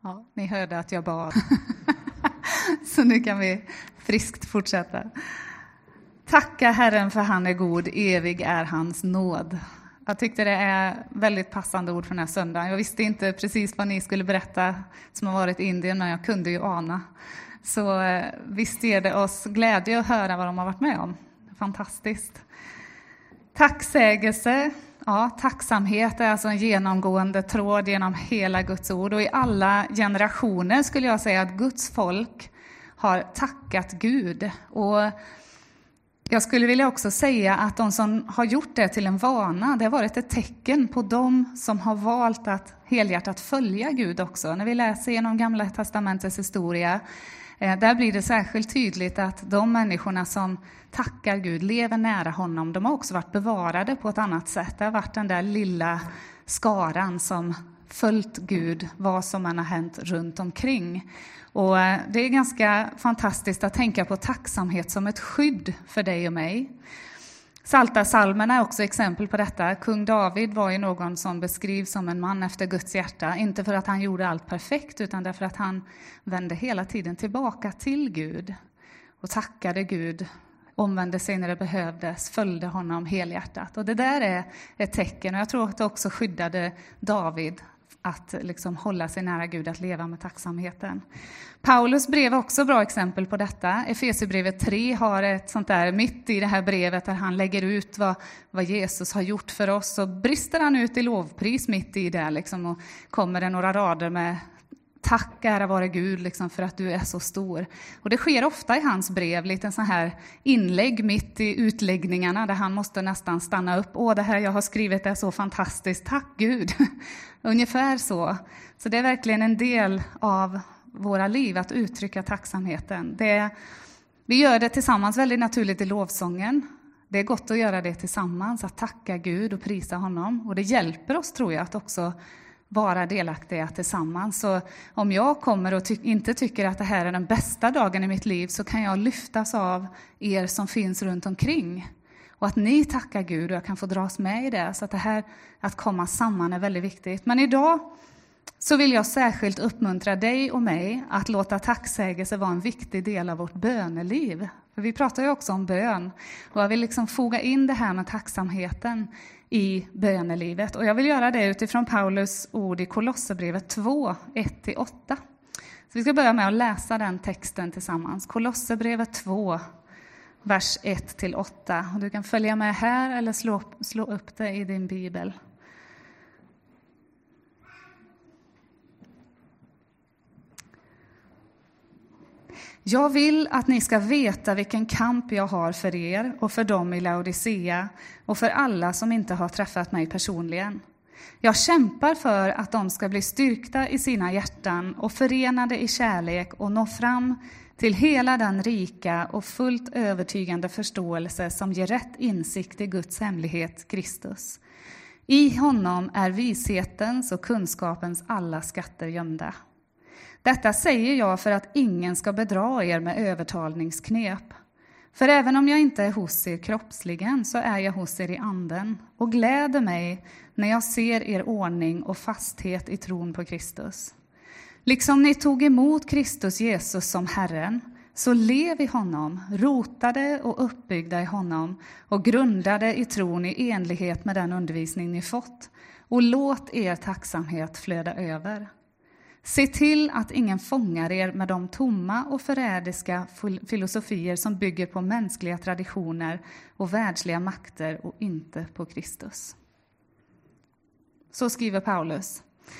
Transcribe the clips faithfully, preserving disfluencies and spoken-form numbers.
Ja, ni hörde att jag bad. Så nu kan vi friskt fortsätta. Tacka Herren för han är god, evig är hans nåd. Jag tyckte det är väldigt passande ord för den här söndagen. Jag visste inte precis vad ni skulle berätta som har varit i Indien, men jag kunde ju ana. Så visst ger det oss glädje att höra vad de har varit med om. Fantastiskt. Tacksägelse, ja, tacksamhet är alltså en genomgående tråd genom hela Guds ord. Och i alla generationer skulle jag säga att Guds folk har tackat Gud. Och jag skulle vilja också säga att de som har gjort det till en vana, det har varit ett tecken på dem som har valt att helhjärtat följa Gud också. När vi läser genom Gamla testamentets historia, där blir det särskilt tydligt att de människorna som tackar Gud, lever nära honom, de har också varit bevarade på ett annat sätt. Det har varit den där lilla skaran som följt Gud, vad som än har hänt runt omkring. Och det är ganska fantastiskt att tänka på tacksamhet som ett skydd för dig och mig. Psaltarpsalmerna är också exempel på detta. Kung David var ju någon som beskrivs som en man efter Guds hjärta. Inte för att han gjorde allt perfekt, utan därför att han vände hela tiden tillbaka till Gud. Och tackade Gud, omvände sig när det behövdes, följde honom helhjärtat. Och det där är ett tecken, och jag tror att det också skyddade David att liksom hålla sig nära Gud, att leva med tacksamheten. Paulus brev är också bra exempel på detta. Efesierbrevet tre har ett sånt där, mitt i det här brevet där han lägger ut vad, vad Jesus har gjort för oss, så brister han ut i lovpris mitt i det liksom, och kommer det några rader med tack ära vare Gud liksom, för att du är så stor. Och det sker ofta i hans brev, lite sån här inlägg mitt i utläggningarna där han måste nästan stanna upp. Åh, det här jag har skrivit är så fantastiskt, tack Gud. Ungefär så. Så det är verkligen en del av våra liv att uttrycka tacksamheten. Det, vi gör det tillsammans väldigt naturligt i lovsången. Det är gott att göra det tillsammans, att tacka Gud och prisa honom. Och det hjälper oss, tror jag, att också vara delaktiga tillsammans. Så om jag kommer och ty- inte tycker att det här är den bästa dagen i mitt liv, så kan jag lyftas av er som finns runt omkring. Och att ni tackar Gud och jag kan få dras med i det. Så att det här att komma samman är väldigt viktigt. Men idag så vill jag särskilt uppmuntra dig och mig att låta tacksägelse vara en viktig del av vårt böneliv. För vi pratar ju också om bön. Och jag vill liksom foga in det här med tacksamheten i bönelivet. Och jag vill göra det utifrån Paulus ord i Kolosserbrevet två, ett till åtta. Så vi ska börja med att läsa den texten tillsammans. Kolosserbrevet två, vers ett till åtta. Och du kan följa med här eller slå upp, slå upp det i din bibel. Jag vill att ni ska veta vilken kamp jag har för er och för dem i Laodicea och för alla som inte har träffat mig personligen. Jag kämpar för att de ska bli styrkta i sina hjärtan och förenade i kärlek och nå fram till hela den rika och fullt övertygande förståelse som ger rätt insikt i Guds hemlighet, Kristus. I honom är vishetens och kunskapens alla skatter gömda. Detta säger jag för att ingen ska bedra er med övertalningsknep. För även om jag inte är hos er kroppsligen så är jag hos er i anden och gläder mig när jag ser er ordning och fasthet i tron på Kristus. Liksom ni tog emot Kristus Jesus som Herren, så lev i honom, rotade och uppbyggda i honom och grundade i tron i enlighet med den undervisning ni fått. Och låt er tacksamhet flöda över. Se till att ingen fångar er med de tomma och förrädiska filosofier som bygger på mänskliga traditioner och världsliga makter och inte på Kristus. Så skriver Paulus.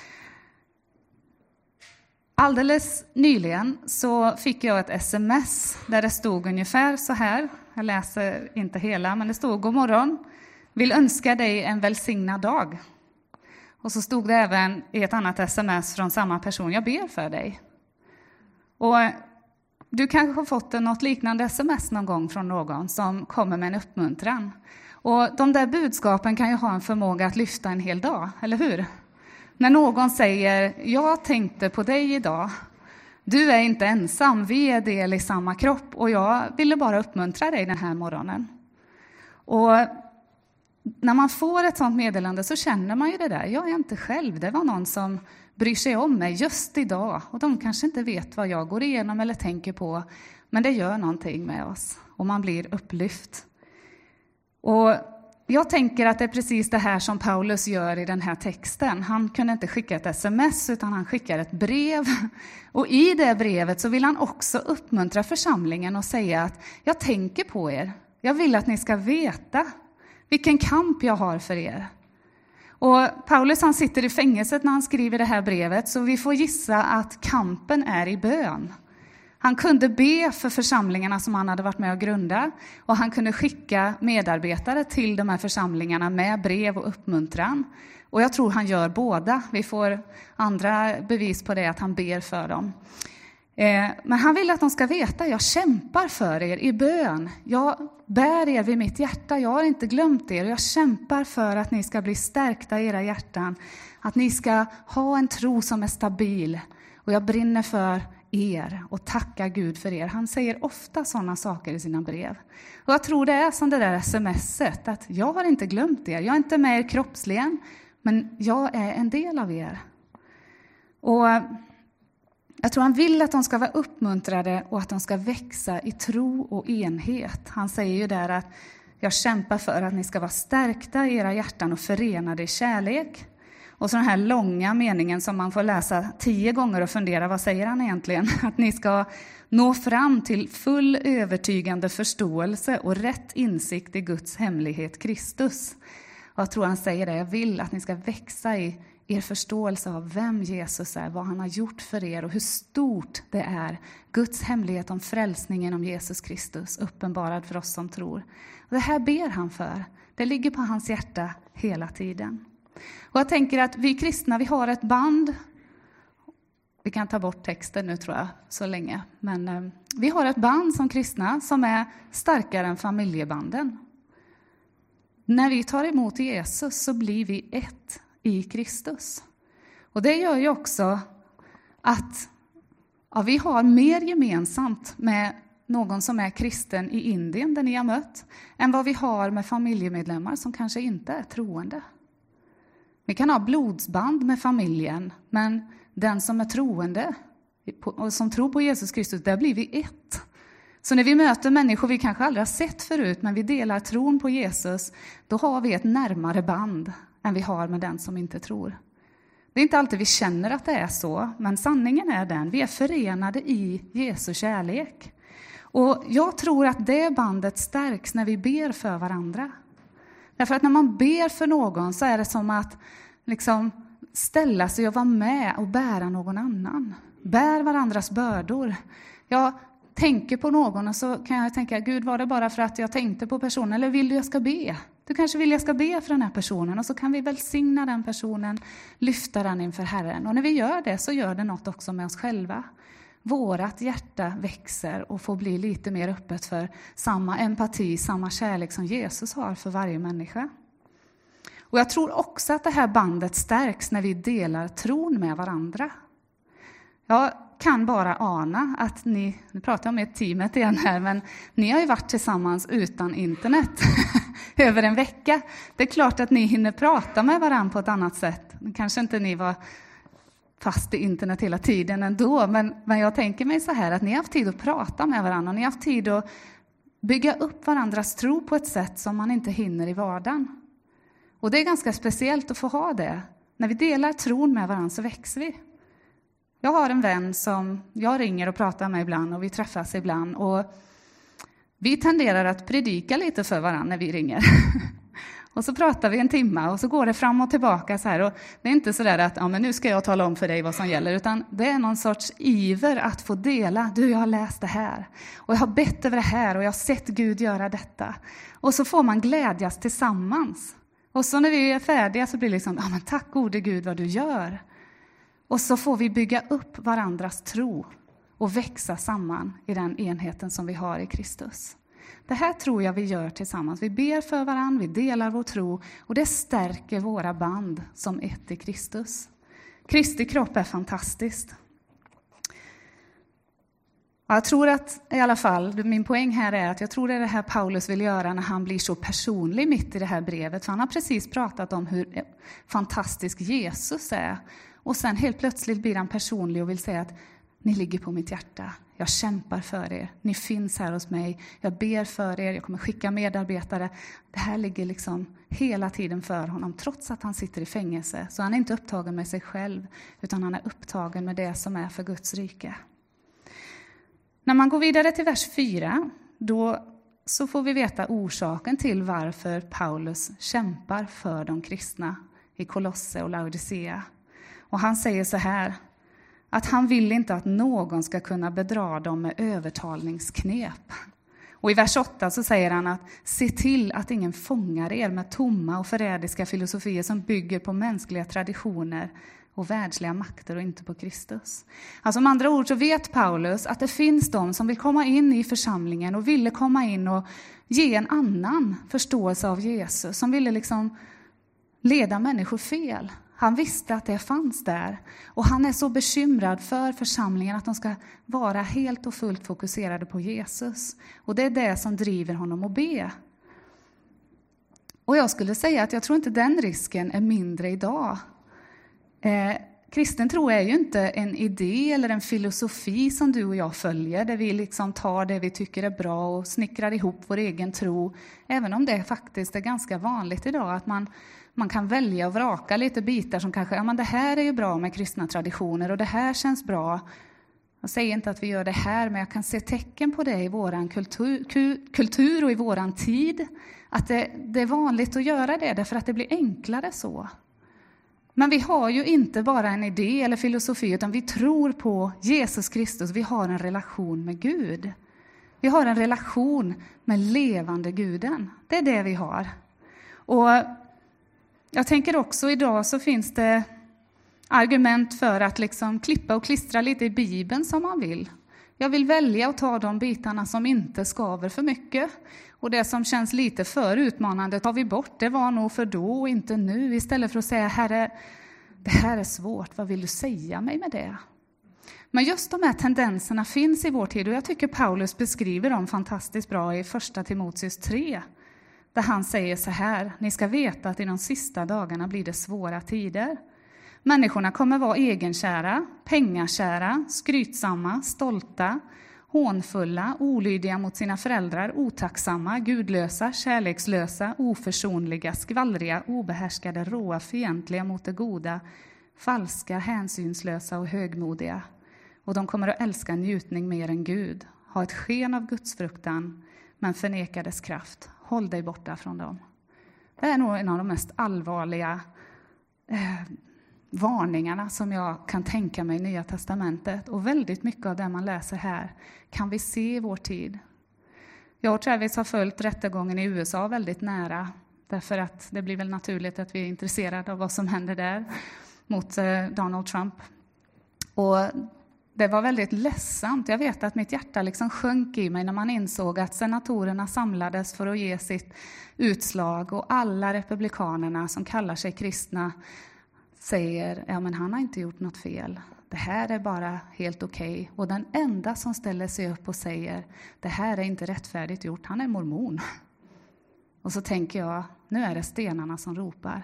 Alldeles nyligen så fick jag ett sms där det stod ungefär så här. Jag läser inte hela, men det stod: God morgon, vill önska dig en välsignad dag. Och så stod det även i ett annat sms från samma person: jag ber för dig. Och du kanske har fått något liknande sms någon gång från någon som kommer med en uppmuntran. Och de där budskapen kan ju ha en förmåga att lyfta en hel dag, eller hur? När någon säger: jag tänkte på dig idag. Du är inte ensam, vi är del i samma kropp och jag ville bara uppmuntra dig den här morgonen. Och när man får ett sånt meddelande så känner man ju det där. Jag är inte själv, det var någon som bryr sig om mig just idag. Och de kanske inte vet vad jag går igenom eller tänker på. Men det gör någonting med oss och man blir upplyft. Och jag tänker att det är precis det här som Paulus gör i den här texten. Han kunde inte skicka ett sms utan han skickar ett brev. Och i det brevet så vill han också uppmuntra församlingen och säga att jag tänker på er. Jag vill att ni ska veta vilken kamp jag har för er. Och Paulus han sitter i fängelset när han skriver det här brevet, så vi får gissa att kampen är i bön. Han kunde be för församlingarna som han hade varit med och grunda, och han kunde skicka medarbetare till de här församlingarna med brev och uppmuntran. Och jag tror han gör båda. Vi får andra bevis på det, att han ber för dem. Eh, men han vill att de ska veta, jag kämpar för er i bön. Jag bär er vid mitt hjärta, jag har inte glömt er. Jag kämpar för att ni ska bli stärkta i era hjärtan. Att ni ska ha en tro som är stabil. Och jag brinner för er och tackar Gud för er. Han säger ofta sådana saker i sina brev. Och jag tror det är som det där smset, att jag har inte glömt er. Jag är inte med er kroppsligen, men jag är en del av er. Och jag tror han vill att de ska vara uppmuntrade och att de ska växa i tro och enhet. Han säger ju där att jag kämpar för att ni ska vara stärkta i era hjärtan och förenade i kärlek. Och så den här långa meningen som man får läsa tio gånger och fundera, vad säger han egentligen? Att ni ska nå fram till full övertygande förståelse och rätt insikt i Guds hemlighet Kristus. Och jag tror han säger det, jag vill att ni ska växa i er förståelse av vem Jesus är, vad han har gjort för er och hur stort det är. Guds hemlighet om frälsningen om Jesus Kristus, uppenbarad för oss som tror. Och det här ber han för. Det ligger på hans hjärta hela tiden. Och jag tänker att vi kristna, vi har ett band. Vi kan ta bort texten nu tror jag så länge. Men eh, vi har ett band som kristna som är starkare än familjebanden. När vi tar emot Jesus så blir vi ett i Kristus. Och det gör ju också att ja, vi har mer gemensamt med någon som är kristen i Indien där ni har mött, än vad vi har med familjemedlemmar som kanske inte är troende. Vi kan ha blodsband med familjen, men den som är troende och som tror på Jesus Kristus, där blir vi ett. Så när vi möter människor vi kanske aldrig har sett förut, men vi delar tron på Jesus, då har vi ett närmare band än vi har med den som inte tror. Det är inte alltid vi känner att det är så, men sanningen är den. Vi är förenade i Jesu kärlek. Och jag tror att det bandet stärks när vi ber för varandra. Därför att när man ber för någon så är det som att liksom ställa sig och vara med och bära någon annan. Bär varandras bördor. Jag tänker på någon och så kan jag tänka, Gud, var det bara för att jag tänkte på personen eller vill du jag ska be? Du kanske vill jag ska be för den här personen, och så kan vi välsigna den personen, lyfta den inför Herren. Och när vi gör det så gör det något också med oss själva. Vårat hjärta växer och får bli lite mer öppet för samma empati, samma kärlek som Jesus har för varje människa. Och jag tror också att det här bandet stärks när vi delar tron med varandra. Jag kan bara ana att ni, nu pratar jag med teamet igen här, men ni har ju varit tillsammans utan internet över en vecka. Det är klart att ni hinner prata med varandra på ett annat sätt. Kanske inte ni var fast i internet hela tiden ändå, men, men jag tänker mig så här att ni har haft tid att prata med varandra och ni har haft tid att bygga upp varandras tro på ett sätt som man inte hinner i vardagen. Och det är ganska speciellt att få ha det. När vi delar tron med varandra så växer vi. Jag har en vän som jag ringer och pratar med ibland och vi träffas ibland, och vi tenderar att predika lite för varandra när vi ringer. Och så pratar vi en timme och så går det fram och tillbaka så här. Och det är inte så där att ja, men nu ska jag tala om för dig vad som gäller, utan det är någon sorts iver att få dela. Du, jag har läst det här och jag har bett över det här och jag har sett Gud göra detta. Och så får man glädjas tillsammans. Och så när vi är färdiga så blir det liksom, ja men tack gode Gud vad du gör. Och så får vi bygga upp varandras tro och växa samman i den enheten som vi har i Kristus. Det här tror jag vi gör tillsammans. Vi ber för varandra, vi delar vår tro och det stärker våra band som ett i Kristus. Kristi kropp är fantastiskt. Jag tror att i alla fall, min poäng här är att jag tror det är det här Paulus vill göra när han blir så personlig mitt i det här brevet. För han har precis pratat om hur fantastisk Jesus är. Och sen helt plötsligt blir han personlig och vill säga att ni ligger på mitt hjärta. Jag kämpar för er. Ni finns här hos mig. Jag ber för er. Jag kommer skicka medarbetare. Det här ligger liksom hela tiden för honom. Trots att han sitter i fängelse. Så han är inte upptagen med sig själv. Utan han är upptagen med det som är för Guds rike. När man går vidare till vers fyra. Då så får vi veta orsaken till varför Paulus kämpar för de kristna i Kolosse och Laodicea. Och han säger så här. Att han vill inte att någon ska kunna bedra dem med övertalningsknep. Och i vers åtta så säger han att se till att ingen fångar er med tomma och förrädiska filosofier som bygger på mänskliga traditioner och världsliga makter och inte på Kristus. Alltså med andra ord så vet Paulus att det finns de som vill komma in i församlingen och ville komma in och ge en annan förståelse av Jesus. Som ville liksom leda människor fel. Han visste att det fanns där. Och han är så bekymrad för församlingen att de ska vara helt och fullt fokuserade på Jesus. Och det är det som driver honom att be. Och jag skulle säga att jag tror inte den risken är mindre idag. Eh, kristen tro är ju inte en idé eller en filosofi som du och jag följer. Där vi liksom tar det vi tycker är bra och snickrar ihop vår egen tro. Även om det faktiskt är ganska vanligt idag att man... Man kan välja och vraka lite bitar som kanske, ja men det här är ju bra med kristna traditioner och det här känns bra. Jag säger inte att vi gör det här, men jag kan se tecken på det i våran kultur, kultur och i våran tid. Att det, det är vanligt att göra det därför att det blir enklare så. Men vi har ju inte bara en idé eller filosofi utan vi tror på Jesus Kristus. Vi har en relation med Gud. Vi har en relation med levande Guden. Det är det vi har. Och jag tänker också idag så finns det argument för att liksom klippa och klistra lite i Bibeln som man vill. Jag vill välja att ta de bitarna som inte skaver för mycket. Och det som känns lite för utmanande tar vi bort. Det var nog för då och inte nu. Istället för att säga, Herre, det här är svårt. Vad vill du säga mig med det? Men just de här tendenserna finns i vår tid. Och jag tycker Paulus beskriver dem fantastiskt bra i första Timoteus tre. Där han säger så här, ni ska veta att i de sista dagarna blir det svåra tider. Människorna kommer vara egenkära, pengakära, skrytsamma, stolta, hånfulla, olydiga mot sina föräldrar, otacksamma, gudlösa, kärlekslösa, oförsonliga, skvallriga, obehärskade, råa, fientliga mot det goda, falska, hänsynslösa och högmodiga. Och de kommer att älska njutning mer än Gud, ha ett sken av gudsfruktan, men förneka dess kraft. Håll dig borta från dem. Det är nog en av de mest allvarliga eh, varningarna som jag kan tänka mig i Nya testamentet. Och väldigt mycket av det man läser här kan vi se i vår tid. Jag och Travis har följt rättegången i U S A väldigt nära. Därför att det blir väl naturligt att vi är intresserade av vad som händer där mot eh, Donald Trump. Och det var väldigt ledsamt. Jag vet att mitt hjärta liksom sjönk i mig när man insåg att senatorerna samlades för att ge sitt utslag. Och alla republikanerna som kallar sig kristna säger, ja men han har inte gjort något fel. Det här är bara helt okej. Och den enda som ställer sig upp och säger, det här är inte rättfärdigt gjort, han är mormon. Och så tänker jag, nu är det stenarna som ropar.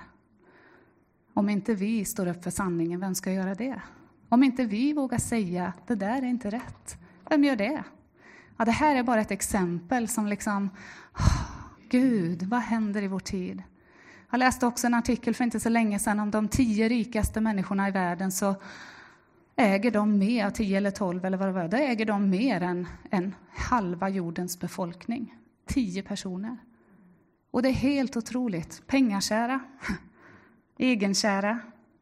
Om inte vi står upp för sanningen, vem ska göra det? Om inte vi vågar säga, det där är inte rätt, vem gör det? Ja, det här är bara ett exempel som liksom, oh, Gud, vad händer i vår tid? Jag läste också en artikel för inte så länge sedan om de tio rikaste människorna i världen, så äger de mer, tio eller tolv eller vad det var, då äger de mer än, än halva jordens befolkning. Tio personer. Och det är helt otroligt. Pengakära, egenkära.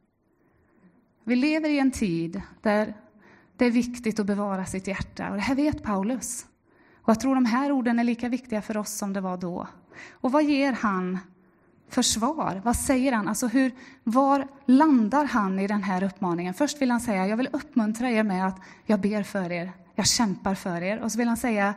Vi lever i en tid där det är viktigt att bevara sitt hjärta. Och det här vet Paulus. Och jag tror de här orden är lika viktiga för oss som det var då. Och vad ger han för svar? Vad säger han? Alltså hur, var landar han i den här uppmaningen? Först vill han säga, jag vill uppmuntra er med att jag ber för er. Jag kämpar för er. Och så vill han säga,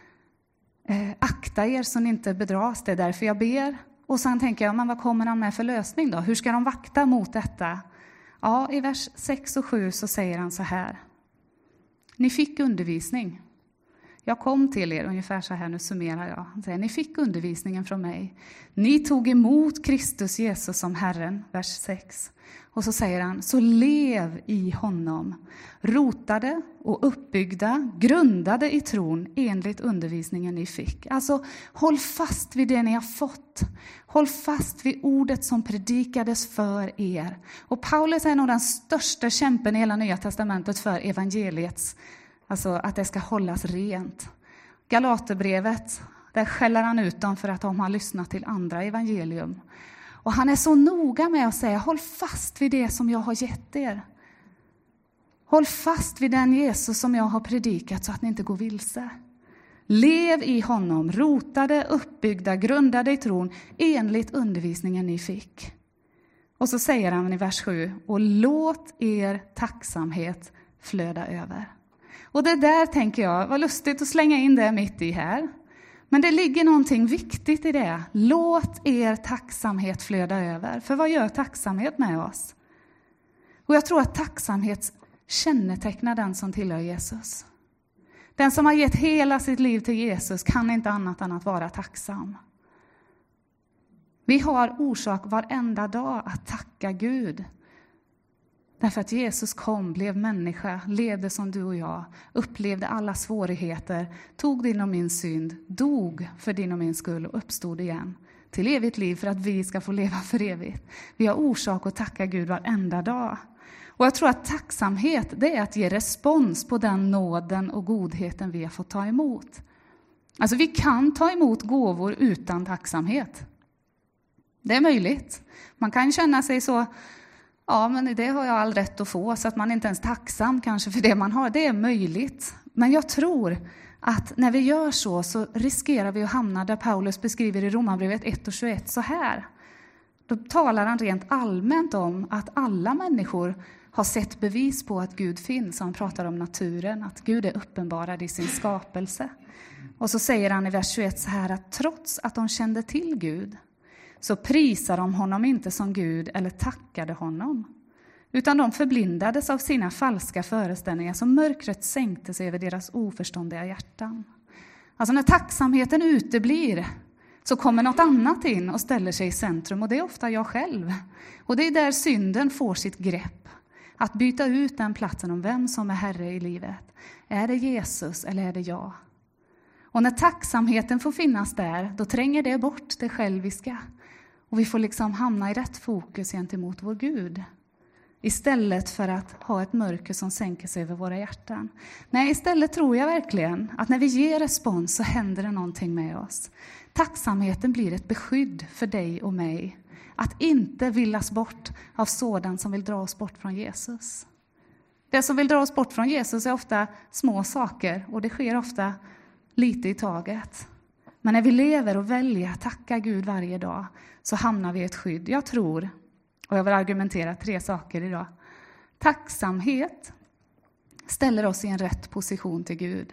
eh, akta er så ni inte bedras. Det är därför jag ber. Och sen tänker jag, men vad kommer han med för lösning då? Hur ska de vakta mot detta? Ja, i vers sex och sju så säger han så här. Ni fick undervisning. Jag kom till er, ungefär så här, nu summerar jag. Han säger, ni fick undervisningen från mig. Ni tog emot Kristus Jesus som Herren, vers sex. Och så säger han, så lev i honom. Rotade och uppbyggda, grundade i tron enligt undervisningen ni fick. Alltså håll fast vid det ni har fått. Håll fast vid ordet som predikades för er. Och Paulus är nog den största kämpen i hela Nya testamentet för evangeliets. Alltså att det ska hållas rent. Galaterbrevet, där skäller han ut dem för att de har lyssnat till andra evangelium. Och han är så noga med att säga, håll fast vid det som jag har gett er. Håll fast vid den Jesus som jag har predikat så att ni inte går vilse. Lev i honom, rotade, uppbyggda, grundade i tron enligt undervisningen ni fick. Och så säger han i vers sju, och låt er tacksamhet flöda över. Och det där tänker jag, var lustigt att slänga in det mitt i här. Men det ligger någonting viktigt i det. Låt er tacksamhet flöda över. För vad gör tacksamhet med oss? Och jag tror att tacksamhet kännetecknar den som tillhör Jesus. Den som har gett hela sitt liv till Jesus kan inte annat än att vara tacksam. Vi har orsak varenda dag att tacka Gud. Därför att Jesus kom, blev människa, levde som du och jag, upplevde alla svårigheter, tog din och min synd, dog för din och min skull och uppstod igen till evigt liv för att vi ska få leva för evigt. Vi har orsak att tacka Gud varenda dag. Och jag tror att tacksamhet, det är att ge respons på den nåden och godheten vi har fått ta emot. Alltså vi kan ta emot gåvor utan tacksamhet. Det är möjligt. Man kan känna sig så, ja men det har jag all rätt att få, så att man inte ens är tacksam kanske för det man har. Det är möjligt. Men jag tror att när vi gör så så riskerar vi att hamna där Paulus beskriver i Romarbrevet ett och tjugoett så här. Då talar han rent allmänt om att alla människor har sett bevis på att Gud finns. Han pratar om naturen, att Gud är uppenbarad i sin skapelse. Och så säger han i vers tjugoett så här, att trots att de kände till Gud så prisar de honom inte som Gud eller tackade honom. Utan de förblindades av sina falska föreställningar, som mörkret sänkte sig över deras oförståndiga hjärtan. Alltså när tacksamheten uteblir så kommer något annat in och ställer sig i centrum, och det är ofta jag själv. Och det är där synden får sitt grepp. Att byta ut den platsen om vem som är herre i livet. Är det Jesus eller är det jag? Och när tacksamheten får finnas där, då tränger det bort det själviska. Och vi får liksom hamna i rätt fokus gentemot vår Gud. Istället för att ha ett mörker som sänker sig över våra hjärtan. Nej, istället tror jag verkligen att när vi ger respons så händer det någonting med oss. Tacksamheten blir ett beskydd för dig och mig. Att inte villas bort av sådan som vill dra oss bort från Jesus. Det som vill dra oss bort från Jesus är ofta små saker, och det sker ofta lite i taget. Men när vi lever och väljer att tacka Gud varje dag så hamnar vi i ett skydd. Jag tror, och jag vill argumentera tre saker idag. Tacksamhet ställer oss i en rätt position till Gud.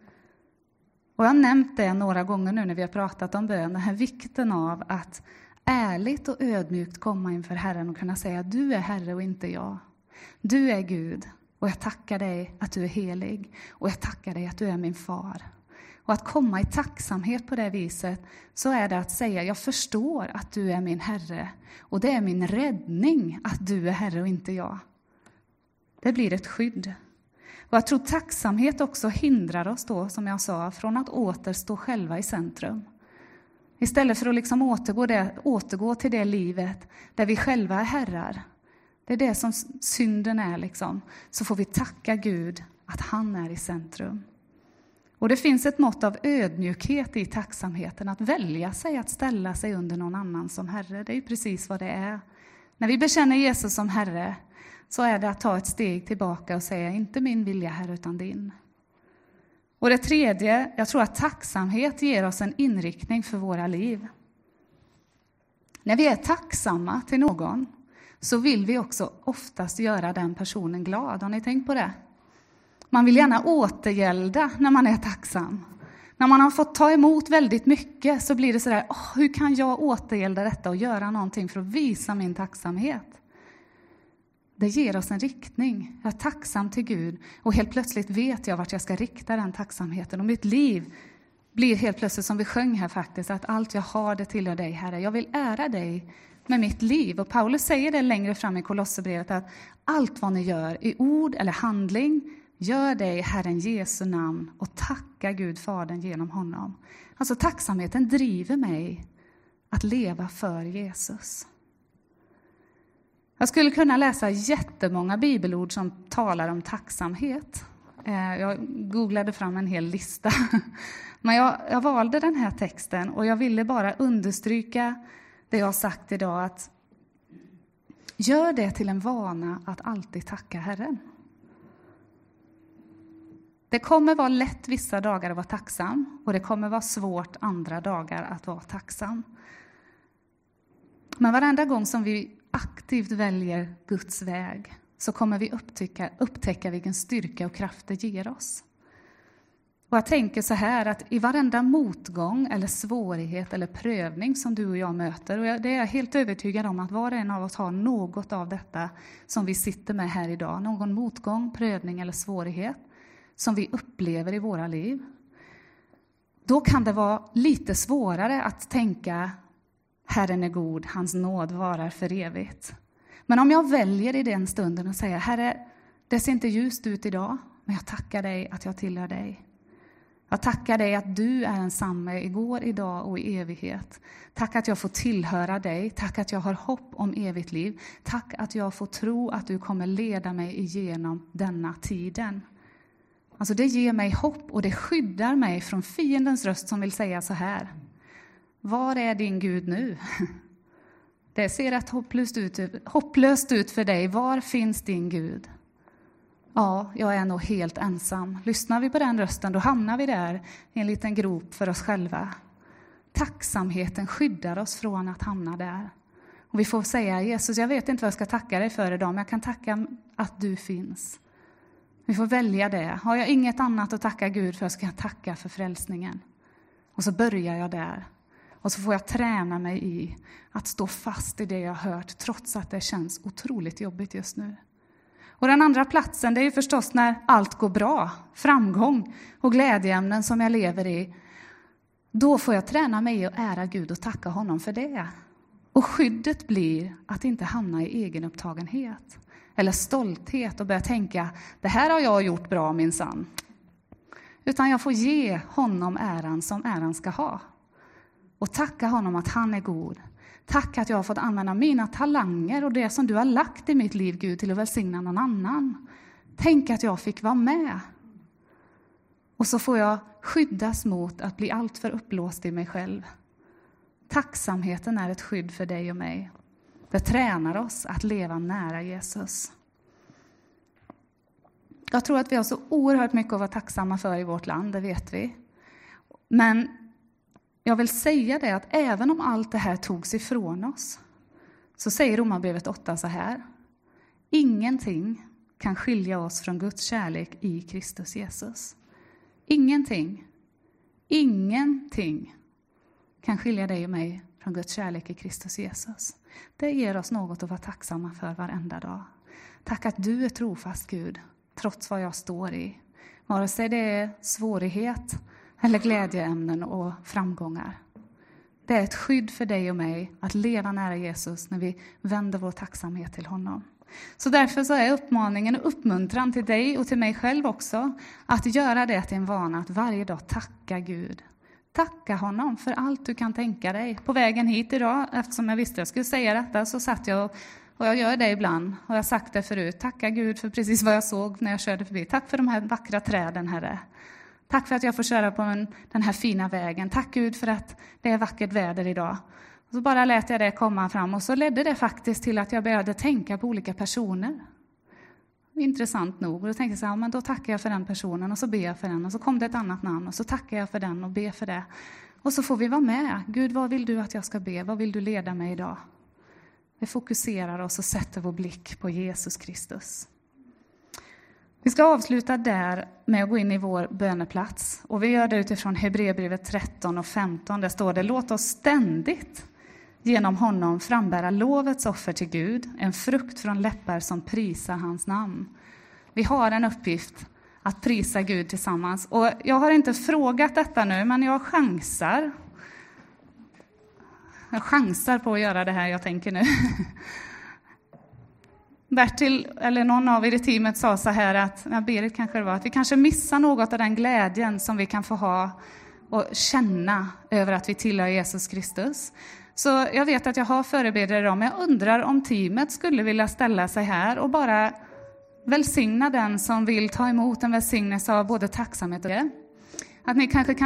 Och jag har nämnt det några gånger nu när vi har pratat om bön. Den här vikten av att ärligt och ödmjukt komma inför Herren och kunna säga, du är Herre och inte jag. Du är Gud, och jag tackar dig att du är helig. Och jag tackar dig att du är min far. Och att komma i tacksamhet på det viset, så är det att säga, jag förstår att du är min Herre. Och det är min räddning att du är Herre och inte jag. Det blir ett skydd. Och jag tror tacksamhet också hindrar oss då, som jag sa, från att återstå själva i centrum. Istället för att liksom återgå, det, återgå till det livet där vi själva är herrar. Det är det som synden är liksom. Så får vi tacka Gud att han är i centrum. Och det finns ett mått av ödmjukhet i tacksamheten. Att välja sig, att ställa sig under någon annan som herre. Det är ju precis vad det är. När vi bekänner Jesus som herre så är det att ta ett steg tillbaka och säga, inte min vilja herre utan din. Och det tredje, jag tror att tacksamhet ger oss en inriktning för våra liv. När vi är tacksamma till någon så vill vi också oftast göra den personen glad. Har ni tänkt på det? Man vill gärna återgälda när man är tacksam. När man har fått ta emot väldigt mycket så blir det sådär, oh, hur kan jag återgälda detta och göra någonting för att visa min tacksamhet? det ger oss en riktning. Jag är tacksam till Gud och helt plötsligt vet jag vart jag ska rikta den tacksamheten. Och mitt liv blir helt plötsligt, som vi sjöng här faktiskt, att allt jag har det tillhör dig, Herre. Jag vill ära dig med mitt liv. Och Paulus säger det längre fram i Kolosserbrevet, att allt vad ni gör i ord eller handling, gör det i Herren Jesu namn och tacka Gud Fadern genom honom. Alltså tacksamheten driver mig att leva för Jesus. Jag skulle kunna läsa jättemånga bibelord som talar om tacksamhet. Jag googlade fram en hel lista. Men jag, jag valde den här texten och jag ville bara understryka det jag har sagt idag. Att gör det till en vana att alltid tacka Herren. Det kommer vara lätt vissa dagar att vara tacksam. Och det kommer vara svårt andra dagar att vara tacksam. Men varenda gång som vi aktivt väljer Guds väg, så kommer vi upptäcka, upptäcka vilken styrka och kraft det ger oss. Och jag tänker så här, att i varenda motgång eller svårighet eller prövning som du och jag möter, och det är jag helt övertygad om att var och en av oss har något av detta som vi sitter med här idag. Någon motgång, prövning eller svårighet som vi upplever i våra liv. Då kan det vara lite svårare att tänka: Herren är god, hans nåd varar för evigt. Men om jag väljer i den stunden och säger: Herre, det ser inte ljust ut idag, men jag tackar dig att jag tillhör dig. Jag tackar dig att du är ensamma igår, idag och i evighet. Tack att jag får tillhöra dig. Tack att jag har hopp om evigt liv. Tack att jag får tro att du kommer leda mig igenom denna tiden. Alltså det ger mig hopp och det skyddar mig från fiendens röst som vill säga så här: var är din Gud nu? Det ser rätt hopplöst ut, hopplöst ut för dig. Var finns din Gud? Ja, jag är nog helt ensam. Lyssnar vi på den rösten, då hamnar vi där i en liten grop för oss själva. Tacksamheten skyddar oss från att hamna där. Och vi får säga: Jesus, jag vet inte vad jag ska tacka dig för idag, men jag kan tacka att du finns. Vi får välja det. Har jag inget annat att tacka Gud för, ska jag tacka för frälsningen. Och så börjar jag där. Och så får jag träna mig i att stå fast i det jag har hört, trots att det känns otroligt jobbigt just nu. Och den andra platsen, det är ju förstås när allt går bra, framgång och glädjeämnen som jag lever i. Då får jag träna mig i att ära Gud och tacka honom för det. Och skyddet blir att inte hamna i egenupptagenhet eller stolthet och börja tänka: det här har jag gjort bra minsann. Utan jag får ge honom äran som äran ska ha. Och tacka honom att han är god. Tack att jag har fått använda mina talanger och det som du har lagt i mitt liv, Gud, till att välsigna någon annan. Tänk att jag fick vara med. Och så får jag skyddas mot att bli allt för upplåst i mig själv. Tacksamheten är ett skydd för dig och mig. Det tränar oss att leva nära Jesus. Jag tror att vi har så oerhört mycket att vara tacksamma för i vårt land, det vet vi. Men jag vill säga det, att även om allt det här togs ifrån oss, så säger Romarbrevet åtta så här: ingenting kan skilja oss från Guds kärlek i Kristus Jesus. Ingenting, ingenting kan skilja dig och mig från Guds kärlek i Kristus Jesus. Det ger oss något att vara tacksamma för varenda dag. Tack att du är trofast, Gud, trots vad jag står i. Vare sig det är svårighet eller glädjeämnen och framgångar. Det är ett skydd för dig och mig att leva nära Jesus när vi vänder vår tacksamhet till honom. Så därför så är uppmaningen och uppmuntran till dig och till mig själv också att göra det till en vana att varje dag tacka Gud. Tacka honom för allt du kan tänka dig. På vägen hit idag, eftersom jag visste jag skulle säga detta, så satt jag och, och jag gör det ibland. Och jag har sagt det förut. Tacka Gud för precis vad jag såg när jag körde förbi. Tack för de här vackra träden, Herre. Tack för att jag får köra på en, den här fina vägen. Tack Gud för att det är vackert väder idag. Och så bara lät jag det komma fram. Och så ledde det faktiskt till att jag började tänka på olika personer. Intressant nog. Och då tänkte jag så här, men då tackar jag för den personen och så ber jag för den. Och så kom det ett annat namn och så tackar jag för den och ber för det. Och så får vi vara med. Gud, vad vill du att jag ska be? Vad vill du leda mig idag? Vi fokuserar oss och sätter vår blick på Jesus Kristus. Vi ska avsluta där med att gå in i vår böneplats. Och vi gör det utifrån Hebreerbrevet tretton och femton. Där står det: låt oss ständigt genom honom frambära lovets offer till Gud, en frukt från läppar som prisar hans namn. Vi har en uppgift att prisa Gud tillsammans. Och jag har inte frågat detta nu, men jag chansar. Jag chansar på att göra det här jag tänker nu. Bertil, eller någon av er i teamet, sa så här att, ja, Berit kanske det var, att vi kanske missar något av den glädjen som vi kan få ha och känna över att vi tillhör Jesus Kristus. Så jag vet att jag har förberett dem, men jag undrar om teamet skulle vilja ställa sig här och bara välsigna den som vill ta emot en välsignelse av både tacksamhet och det. Att ni kanske kan